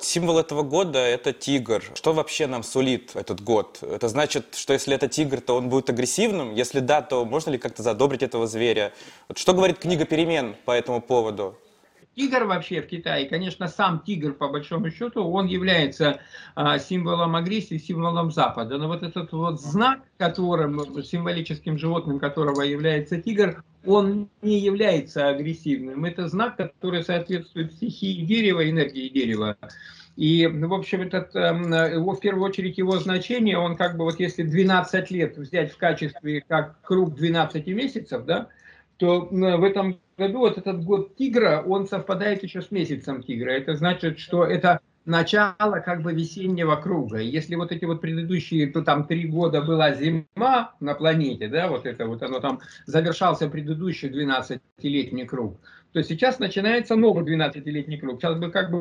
символ этого года – это тигр. Что вообще нам сулит этот год? Это значит, что если это тигр, то он будет агрессивным? Если да, то можно ли как-то задобрить этого зверя? Вот что говорит книга «Перемен» по этому поводу? Тигр вообще в Китае, конечно, сам тигр, по большому счету, он является символом агрессии, символом Запада. Но вот этот вот знак, которым, символическим животным которого является тигр, он не является агрессивным. Это знак, который соответствует стихии дерева, энергии дерева. И, в общем, его, в первую очередь, его значение, он как бы, вот если 12 лет взять в качестве, как круг 12 месяцев, да, то в этом году вот этот год тигра, он совпадает еще с месяцем тигра. Это значит, что это начало как бы весеннего круга. Если вот эти вот предыдущие, то там 3 года была зима на планете, да, вот это вот оно там завершался предыдущий 12-летний круг, то сейчас начинается новый 12-летний круг. Сейчас бы как бы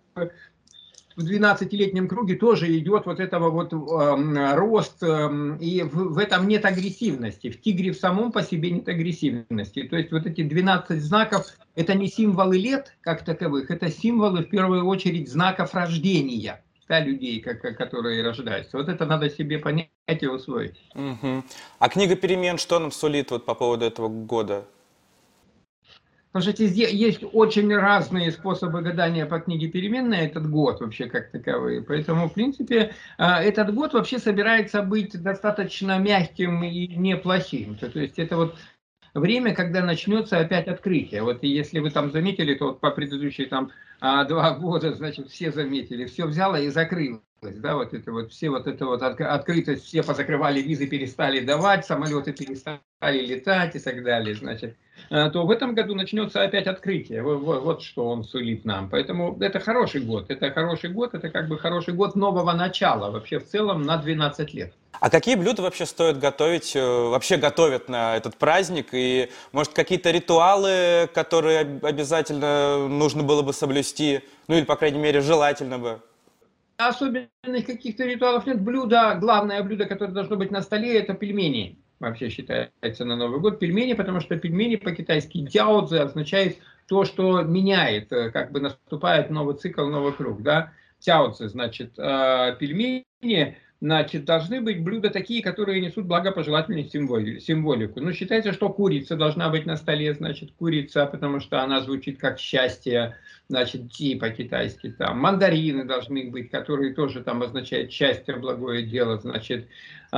в 12-летнем круге тоже идет вот этого вот рост, и в этом нет агрессивности. В тигре в самом по себе нет агрессивности. То есть вот эти 12 знаков, это не символы лет как таковых, это символы в первую очередь знаков рождения, да, людей, которые рождаются. Вот это надо себе понять и усвоить. Мгм. А книга «Перемен» что нам сулит вот по поводу этого года? Слушайте, есть очень разные способы гадания по книге «Перемен» на этот год вообще как таковые. Поэтому, в принципе, этот год вообще собирается быть достаточно мягким и неплохим. То есть это вот время, когда начнется опять открытие. Вот и если вы там заметили, то вот по предыдущие там 2 года, значит, все заметили, все взяло и закрылось. Да, вот это вот все вот это вот открытость, все позакрывали визы, перестали давать, самолеты перестали летать и так далее, значит, то в этом году начнется опять открытие. Вот что он сулит нам. Поэтому это хороший год. Это хороший год, это как бы хороший год нового начала вообще в целом на 12 лет. А какие блюда вообще стоит готовить, вообще готовят на этот праздник? И, может, какие-то ритуалы, которые обязательно нужно было бы соблюсти? Ну или, по крайней мере, желательно бы. Особенных каких-то ритуалов нет. Главное блюдо, которое должно быть на столе, это пельмени. Вообще считается на Новый год пельмени, потому что пельмени по-китайски дяодзе означает то, что меняет, как бы наступает новый цикл, новый круг. Да? Цяоцзи, значит, пельмени, значит, должны быть блюда такие, которые несут благопожелательную символику. Ну, считается, что курица должна быть на столе, значит, курица, потому что она звучит как счастье, значит, ти по-китайски, там, мандарины должны быть, которые тоже там означают счастье, благое дело, значит,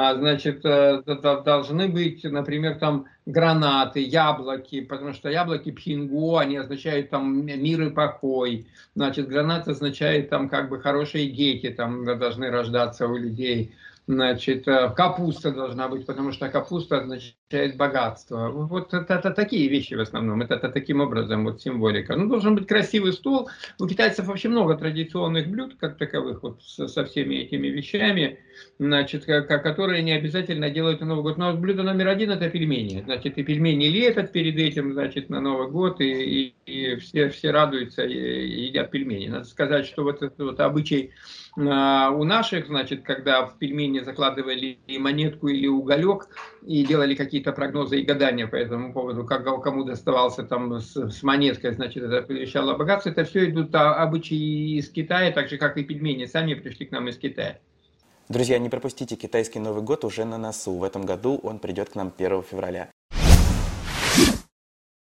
должны быть, например, там, гранаты, яблоки, потому что яблоки пхингу, они означают там мир и покой, значит, гранат означает там как бы хорошие дети там должны рождаться у людей. Значит, капуста должна быть, потому что капуста означает богатство. Вот это такие вещи в основном. Это таким образом вот символика. Ну, должен быть красивый стол. У китайцев вообще много традиционных блюд, как таковых, вот со всеми этими вещами, значит, которые не обязательно делают на Новый год. Но блюдо номер один – это пельмени. Значит, и пельмени лепят перед этим, значит, на Новый год, и все радуются и едят пельмени. Надо сказать, что вот этот вот обычай у наших, значит, когда в пельмени закладывали и монетку или уголек, и делали какие-то прогнозы и гадания по этому поводу, как кому доставался там с монеткой, значит, это предвещало богатство, это все идут обычаи из Китая, так же, как и пельмени сами пришли к нам из Китая. Друзья, не пропустите китайский Новый год уже на носу. В этом году он придет к нам 1 февраля.